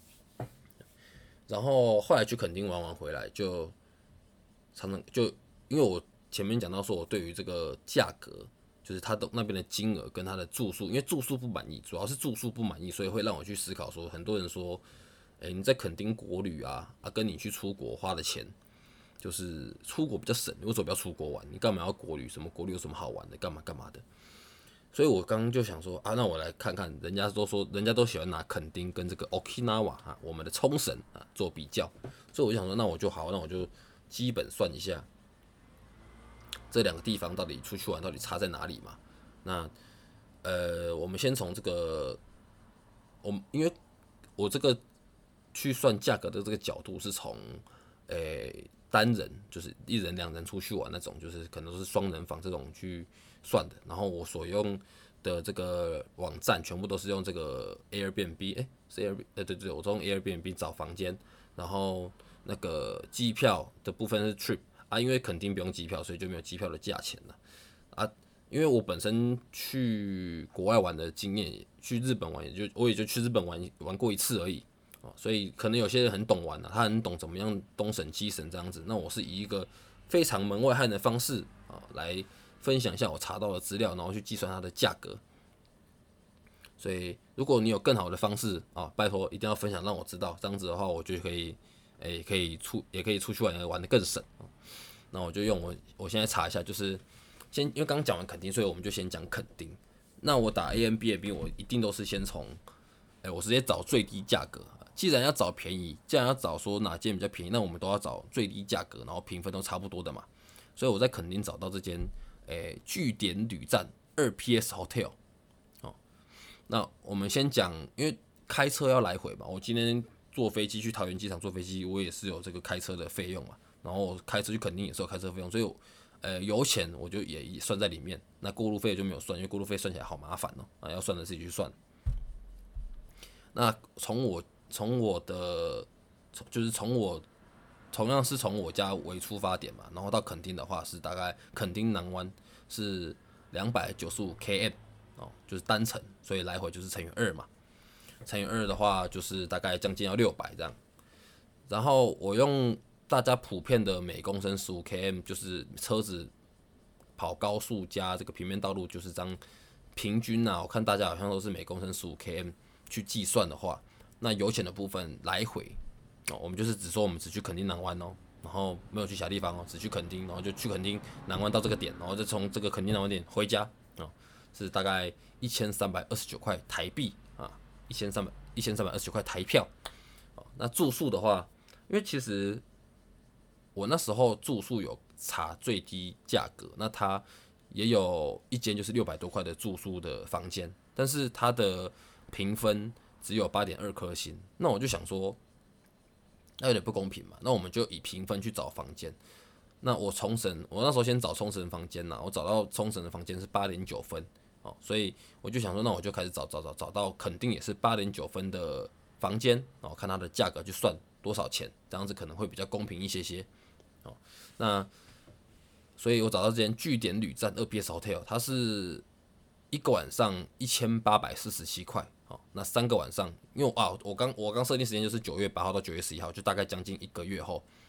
然后后来去垦丁玩完回来，就常常就因为我前面讲到说，我对于这个价格，就是他的那边的金额跟他的住宿，因为住宿不满意，主要是住宿不满意，所以会让我去思考说，很多人说。哎，你在垦丁国旅啊，啊，跟你去出国花的钱，就是出国比较省，你为什么不要出国玩？你干嘛要国旅？什么国旅有什么好玩的？干嘛干嘛的？所以我刚刚就想说啊，那我来看看，人家都说，人家都喜欢拿垦丁跟这个 Okinawa 啊，我们的冲绳啊做比较，所以我就想说，那我就好，那我就基本算一下这两个地方到底出去玩到底差在哪里嘛？那呃，我们先从这个，我因为我这个。去算价格的这个角度是从，诶、欸、单人就是一人两人出去玩那种，就是可能都是双人房这种去算的。然后我所用的这个网站全部都是用这个 Airbnb， 哎、欸，是 Airbnb， 对对对，我都用 Airbnb 找房间，然后那个机票的部分是 Trip 啊，因为肯定不用机票，所以就没有机票的价钱了啊。因为我本身去国外玩的经验，去日本玩也就我也就去日本玩玩过一次而已。所以可能有些人很懂玩啊，他很懂怎么样东省西省这样子。那我是以一个非常门外汉的方式啊来分享一下我查到的资料，然后去计算它的价格。所以如果你有更好的方式啊，拜托一定要分享让我知道，这样子的话我就可以诶、欸、可以出也可以出去玩玩的更省。那我就用我我现在查一下，就是先因为刚刚讲完垦丁，所以我们就先讲垦丁。那我打 A M B N B 我一定都是先从诶、欸、我直接找最低价格。既然要找便宜，既然要找说哪间比较便宜，那我们都要找最低价格，然后评分都差不多的嘛。所以我在垦丁找到这间，诶，据点旅站二 P S Hotel。哦，那我们先讲，因为开车要来回嘛，我今天坐飞机去桃园机场坐飞机，我也是有这个开车的费用嘛。然后我开车去垦丁也是有开车费用，所以我呃油钱我就也算在里面。那过路费就没有算，因为过路费算起来好麻烦哦，啊，要算的自己去算。那从我从我的，就是从我同样是从我家为出发点嘛，然后到垦丁的话是大概垦丁南湾是两百九十五 km 哦，就是单程，所以来回就是乘以二嘛，乘以二的话就是大概将近要六百这样。然后我用大家普遍的每公升十五 km， 就是车子跑高速加这个平面道路就是这样平均啊，我看大家好像都是每公升十五 km 去计算的话。那油钱的部分来回哦，我们就是只说我们只去垦丁南湾哦，然后没有去其他地方哦，只去垦丁，然后就去垦丁南湾到这个点，然后再从这个垦丁南湾点回家哦，是大概一千三百二十九块台币啊，一千三百一千三百二十九块台票哦。那住宿的话，因为其实我那时候住宿有查最低价格，那它也有一间就是六百多块的住宿的房间，但是它的评分只有 八点二 颗星，那我就想说，那有点不公平嘛。那我们就以评分去找房间。那我冲绳，我那时候先找冲绳房间啦，我找到冲绳的房间是 八点九 分，哦，所以我就想说，那我就开始找找找，找到肯定也是 八点九 分的房间，然后看它的价格去算多少钱，这样子可能会比较公平一些些。哦，那所以我找到这间据点旅站二 P S Hotel， 它是一个晚上一千八百四十七块。好，那三个晚上，因为啊，我刚我刚设定时间就是九月八号到九月十一号，就大概将近一个月后，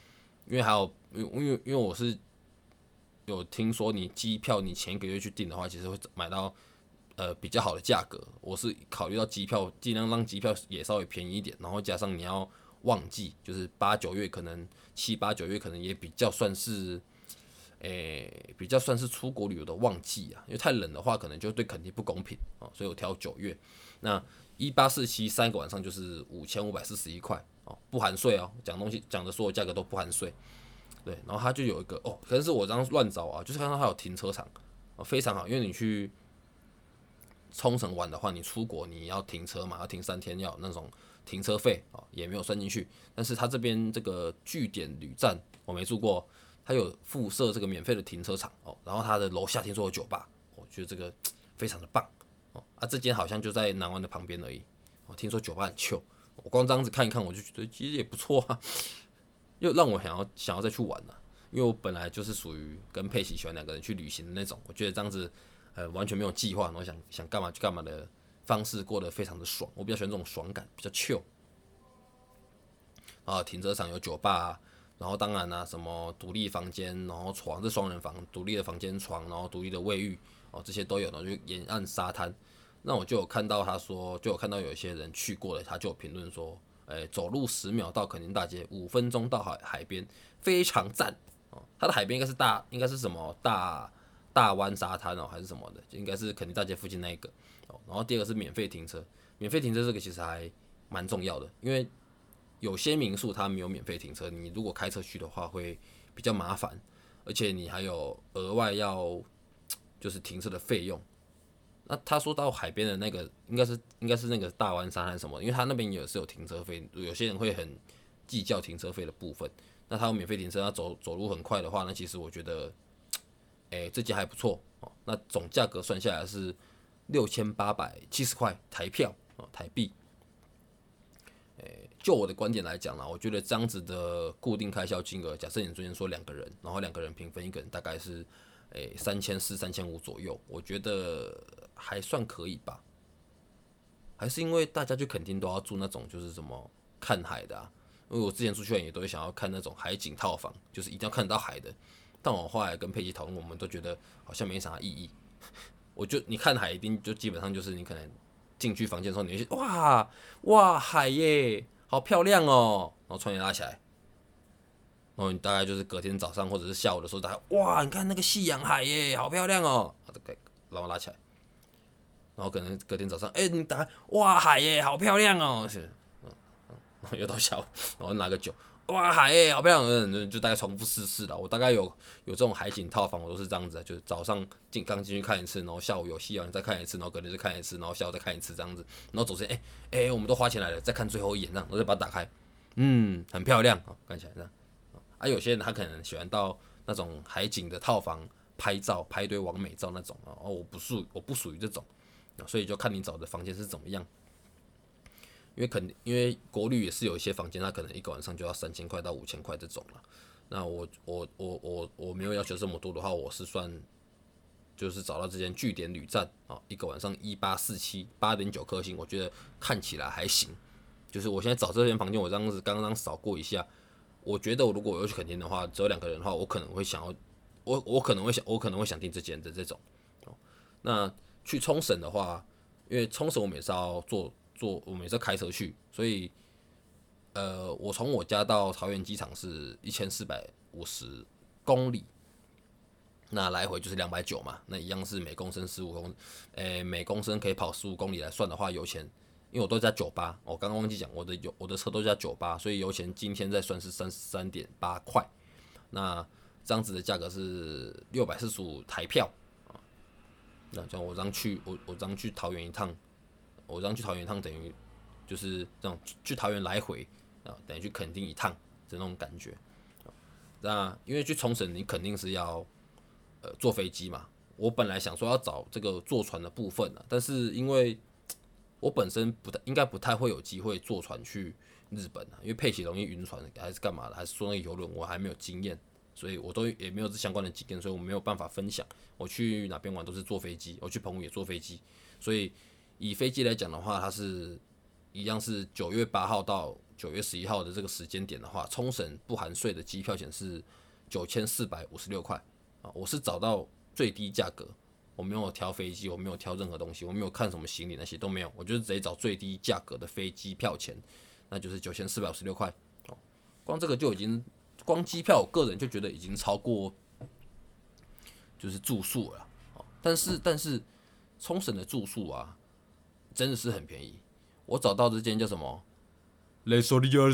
因为还有因为因为因为我是有听说你机票你前一个月去订的话，其实会买到呃比较好的价格。我是考虑到机票尽量让机票也稍微便宜一点，然后加上你要旺季，就是八九月可能七八九月可能也比较算是。诶，比较算是出国旅游的旺季啊，因为太冷的话，可能就对垦丁不公平哦，所以我挑九月。那一八四七三个晚上就是五千五百四十一块哦，不含税哦，讲东西讲的所有价格都不含税。对，然后它就有一个哦，可能是我这样乱找啊，就是看到它有停车场哦，非常好，因为你去冲绳玩的话，你出国你要停车嘛，要停三天，要有那种停车费哦，也没有算进去。但是它这边这个据点旅站我没住过。它有附设这个免费的停车场哦，然后它的楼下听说有酒吧，我觉得这个非常的棒哦。啊，这间好像就在南湾的旁边而已。我听说酒吧很臭，我光这样子看一看，我就觉得其实也不错啊，又让我想要想要再去玩了、啊。因为我本来就是属于跟佩奇喜欢两个人去旅行的那种，我觉得这样子呃完全没有计划，然后想想干嘛就干嘛的方式过得非常的爽。我比较喜欢这种爽感，比较 chill。啊，停车场有酒吧、啊。然后当然啦、啊，什么独立房间，然后床是双人房，独立的房间床，然后独立的卫浴，哦，这些都有。然后就沿岸沙滩，那我就有看到他说，就有看到有一些人去过了，他就有评论说，哎，走路十秒到垦丁大街，五分钟到海海边，非常赞哦。它的海边应该是大，应该是什么大大湾沙滩哦，还是什么的，应该是垦丁大街附近那一个哦。然后第二个是免费停车，免费停车这个其实还蛮重要的，因为。有些民宿它没有免费停车，你如果开车去的话会比较麻烦，而且你还有额外要就是停车的费用。那他说到海边的那个应该是应该是那个大湾沙滩什么，因为他那边也是有停车费，有些人会很计较停车费的部分。那他有免费停车，他走走路很快的话，那其实我觉得，哎、欸，这家还不错哦。那总价格算下来是六千八百七十块台票哦，台币。就我的观点来讲啦，我觉得这样子的固定开销金额，假设你昨天说两个人，然后两个人平分，一个人大概是诶三千四、三千五左右，我觉得还算可以吧。还是因为大家就肯定都要住那种就是什么看海的啊，因为我之前出去玩也都会想要看那种海景套房，就是一定要看得到海的。但我后来跟佩奇讨论，我们都觉得好像没啥意义。我就你看海一定就基本上就是你可能进去房间的时候，你会哇哇海耶。好漂亮哦！然后窗帘拉起来，然后你大概就是隔天早上或者是下午的时候，大家哇，你看那个夕阳海耶，好漂亮哦！然后拉起来，然后可能隔天早上，哎、欸，你打哇海耶，好漂亮哦！是，嗯嗯，然后又到下午，然后拿个酒，哇海耶，好漂亮！嗯，就大概重复四次了。我大概有有这种海景套房，我都是这样子的，就是早上进刚进去看一次，然后下午有夕阳再看一次，然后隔天再看一次，然后下午再看一次这样子，然后走之前，哎、欸、哎、欸，我们都花钱来了，再看最后一眼，这样，然后再把它打开，嗯，很漂亮啊，看起来这样。啊，有些人他可能喜欢到那种海景的套房拍照，拍一堆完美照那种啊，哦，我不属我不属于这种，所以就看你找的房间是怎么样。因为肯定，因为国旅也是有一些房间，它可能一个晚上就要三千块到五千块这种了。那我我我我我没有要求这么多的话，我是算就是找到这间据点旅站啊，一个晚上一八四七八点九颗星，我觉得看起来还行。就是我现在找这间房间，我这样子刚刚扫过一下，我觉得我如果我要去垦丁的话，只有两个人的话，我可能会想要，我我可能会想，我可能会想订这间的这种。那去冲绳的话，因为冲绳我们也是要坐坐，我们也是开车去，所以呃，我从我家到桃园机场是一千四百五十公里，那来回就是两百九嘛，那一样是每公升十五公，诶、每公升可以跑十五公里来算的话，油钱，因为我都在九八，我刚刚忘记讲，我的油我的车都在九八，所以油钱今天再算是三十三点八块，那这样子的价格是六百四十五台票。那这样我这样去，我我这样去桃园一趟，我这样去桃园一趟等于就是这样去桃园来回啊，等于去垦丁一趟的那种感觉。那因为去冲绳你肯定是要呃坐飞机嘛，我本来想说要找这个坐船的部分啊，但是因为我本身不太应该不太会有机会坐船去日本啊，因为佩奇容易晕船还是干嘛的，还是说那个游轮我还没有经验。所以我都也没有这相关的经验，所以我没有办法分享。我去哪边玩都是坐飞机，我去澎湖也坐飞机，所以以飞机来讲的话，它是一样是九月八号到九月十一号的这个时间点的话，冲绳不含税的机票钱是九千四百五十六块啊，我是找到最低价格，我没有挑飞机，我没有挑任何东西，我没有看什么行李那些都没有，我就是直接找最低价格的飞机票钱，那就是九千四百五十六块哦，光这个就已经光机票，我个人就觉得已经超过就是住宿了，哦，但是但是冲绳的住宿啊，真的是很便宜，我找到这间叫什么 Le Solier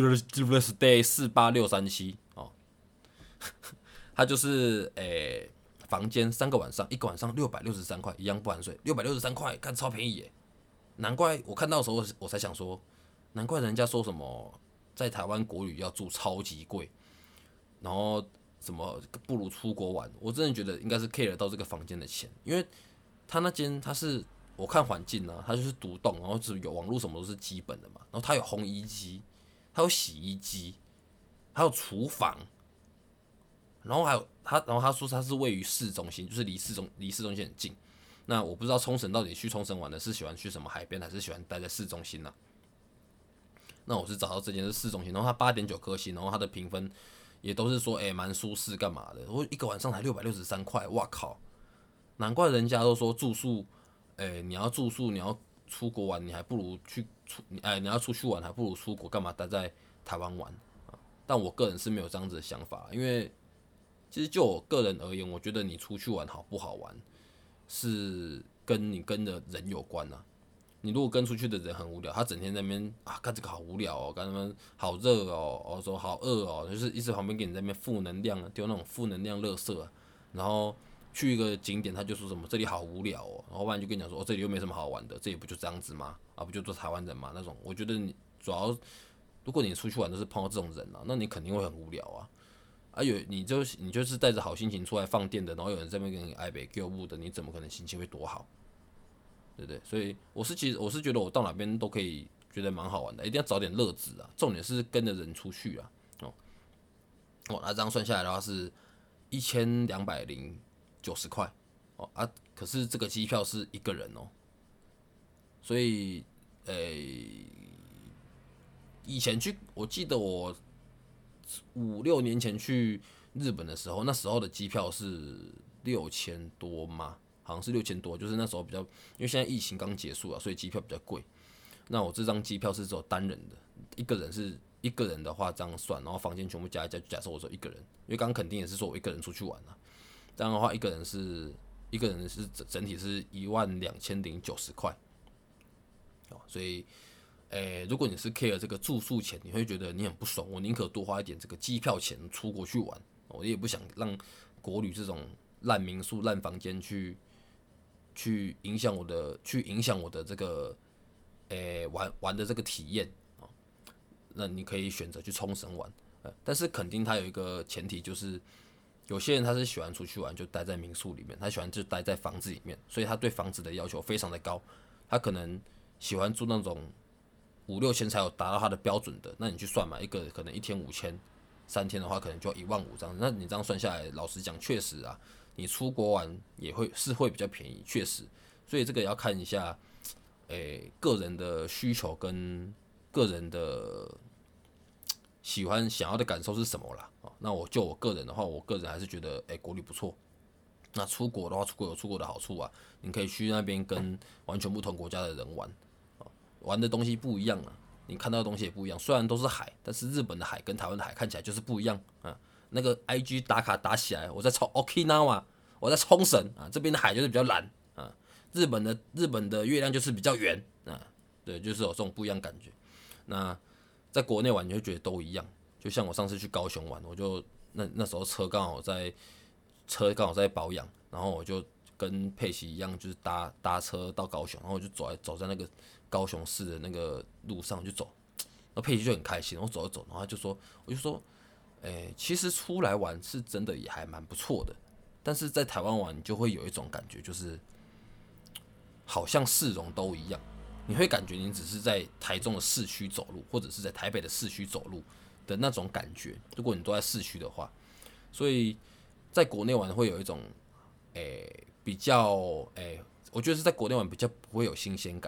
Stay 四八六三七哦，它就是诶、欸、房间三个晚上，一个晚上六百六十三块，一样不含税，六百六十三块，看超便宜耶！难怪我看到的时候我才想说，难怪人家说什么在台湾国旅要住超级贵，然后什么不如出国玩，我真的觉得应该是 care 到这个房间的钱，因为他那间他是。我看环境呢，它就是独栋，然后只有网络什么都是基本的嘛，然后它有烘衣机，它有洗衣机，还有厨房，然后还有它，然后他说它是位于市中心，就是离市中离市中心很近。那我不知道冲绳到底去冲绳玩的是喜欢去什么海边，还是喜欢待在市中心呢、啊？那我是找到这间是市中心，然后它八点九颗星，然后它的评分也都是说哎蛮舒适干嘛的，我一个晚上才六百六十三块，哇靠！难怪人家都说住宿。哎、欸，你要住宿，你要出国玩，你还不如去出，哎、欸，你要出去玩，还不如出国，干嘛待在台湾玩啊？但我个人是没有这样子的想法，因为其实就我个人而言，我觉得你出去玩好不好玩，是跟你跟的人有关啊。你如果跟出去的人很无聊，他整天在那边啊，干这个好无聊哦，干他们好热哦，哦说好饿哦，就是一直旁边给你在那边负能量啊，丢那种负能量垃圾啊，然后。去一个景点，他就说什么这里好无聊哦，然后不然就跟你讲说，哦，这里又没什么好玩的，这里不就这样子吗？啊，不就做台湾人吗？那种，我觉得你主要，如果你出去玩都是碰到这种人啊，那你肯定会很无聊啊。啊有你就你就是带着好心情出来放电的，然后有人在那边跟你挨北 Q 步的，你怎么可能心情会多好？对不对？所以我是其实我是觉得我到哪边都可以觉得蛮好玩的，一定要找点乐子啊。重点是跟着人出去啊。哦，哦，那这样算下来的话是一千两百零。九十块哦啊，可是这个机票是一个人哦，所以诶、欸，以前去，我记得我五六年前去日本的时候，那时候的机票是六千多吗？好像是六千多，就是那时候比较，因为现在疫情刚结束啊，所以机票比较贵。那我这张机票是只有单人的，一个人是一个人的话这样算，然后房间全部加一加，假设我只有一个人，因为刚刚肯定也是说我一个人出去玩啊。这样的话，一个人是一个人是整体是一万两千零九十块，所以，诶、欸，如果你是 care 这个住宿钱，你会觉得你很不爽，我宁可多花一点这个机票钱出国去玩，我也不想让国旅这种烂民宿、烂房间去去影响我的，去影响我的这个，诶、欸、玩玩的这个体验啊。那你可以选择去冲绳玩，但是肯定它有一个前提就是。有些人他是喜欢出去玩，就待在民宿里面，他喜欢就待在房子里面，所以他对房子的要求非常的高。他可能喜欢住那种五六千才有达到他的标准的，那你去算嘛，一个可能一天五千，三天的话可能就一万五这样。那你这样算下来，老实讲，确实啊，你出国玩也会是会比较便宜，确实。所以这个也要看一下，诶、欸，个人的需求跟个人的。喜欢想要的感受是什么啦？那我就我个人的话，我个人还是觉得，哎、欸，国旅不错。那出国的话，出国有出国的好处啊，你可以去那边跟完全不同国家的人玩，玩的东西不一样啊，你看到的东西也不一样。虽然都是海，但是日本的海跟台湾的海看起来就是不一样啊。那个 I G 打卡打起来，我在冲 Okinawa， 我在冲绳啊，这边的海就是比较蓝啊，日本的日本的月亮就是比较圆啊，对，就是有这种不一样感觉。那在国内玩你会觉得都一样，就像我上次去高雄玩，我就那那时候车刚好在车刚好在保养，然后我就跟佩奇一样，就是搭搭车到高雄，然后我就走在走在那个高雄市的那个路上就走，然后佩奇就很开心，然后走一走，然后他就说，我就说，哎、欸，其实出来玩是真的也还蛮不错的，但是在台湾玩你就会有一种感觉，就是好像市容都一样。你会感觉你只是在台中的市区走路，或者是在台北的市区走路的那种感觉。如果你都在市区的话，所以在国内玩会有一种，诶、欸、比较，诶、欸，我觉得是在国内玩比较不会有新鲜感呐、啊。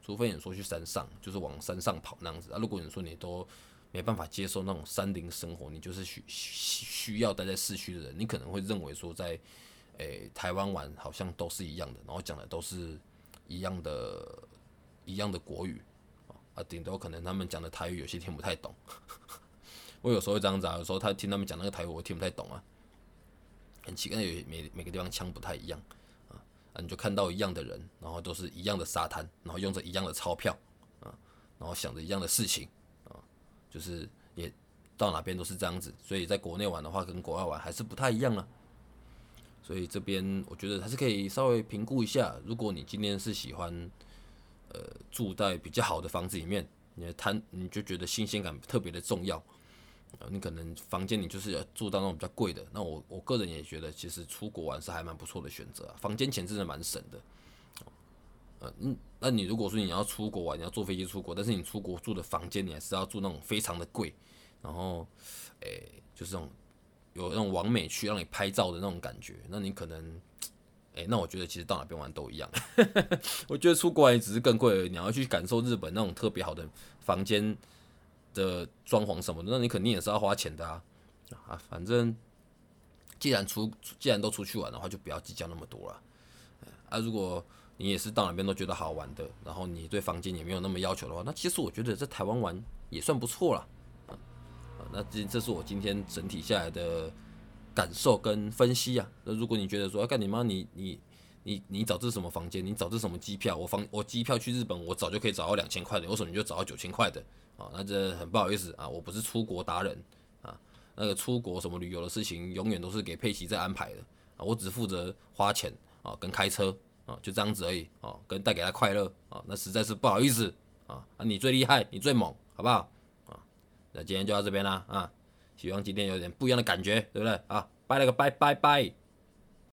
除非你说去山上，就是往山上跑那样子啊。如果你说你都没办法接受那种山林生活，你就是需需要待在市区的人，你可能会认为说在诶、欸、台湾玩好像都是一样的，然后讲的都是一样的一样的国语啊，顶多可能他们讲的台语有些听不太懂。我有时候会这样子啊，有时候他听他们讲那个台语，我听不太懂啊，很奇怪，每每个地方腔不太一样啊，啊你就看到一样的人，然后都是一样的沙滩，然后用着一样的钞票啊，然后想着一样的事情啊，就是也到哪边都是这样子，所以在国内玩的话，跟国外玩还是不太一样了。所以这边我觉得还是可以稍微评估一下，如果你今天是喜欢呃住在比较好的房子里面，你的摊你就觉得新鲜感特别的重要。你可能房间你就是要住到那种比较贵的，那我我个人也觉得，其实出国玩是还蛮不错的选择啊，房间钱真的蛮省的。呃，嗯，那你如果说你要出国玩，你要坐飞机出国，但是你出国住的房间，你还是要住那种非常的贵，然后，诶、欸，就是那种有那种网美区让你拍照的那种感觉，那你可能，诶、欸，那我觉得其实到哪边玩都一样。我觉得出国玩也只是更贵而已，你要去感受日本那种特别好的房间的装潢什么的，那你肯定也是要花钱的啊。啊，反正既然出既然都出去玩的话，就不要计较那么多了。啊，如果你也是到哪边都觉得好玩的，然后你对房间也没有那么要求的话，那其实我觉得在台湾玩也算不错啦。啊，那这这是我今天整体下来的感受跟分析啊。那如果你觉得说，干、啊、你妈你你你你找这是什么房间？你找这是什么机票？我房我机票去日本，我早就可以找到两千块的，为什么你就找到九千块的？啊，那这很不好意思啊，我不是出国达人啊。那个出国什么旅游的事情，永远都是给佩奇在安排的啊，我只负责花钱啊跟开车。啊，就这样子而已啊，跟带给他快乐啊，那实在是不好意思啊，啊你最厉害，你最猛，好不好啊？那今天就到这边啦啊，希望今天有点不一样的感觉，对不对啊？拜了个拜拜拜。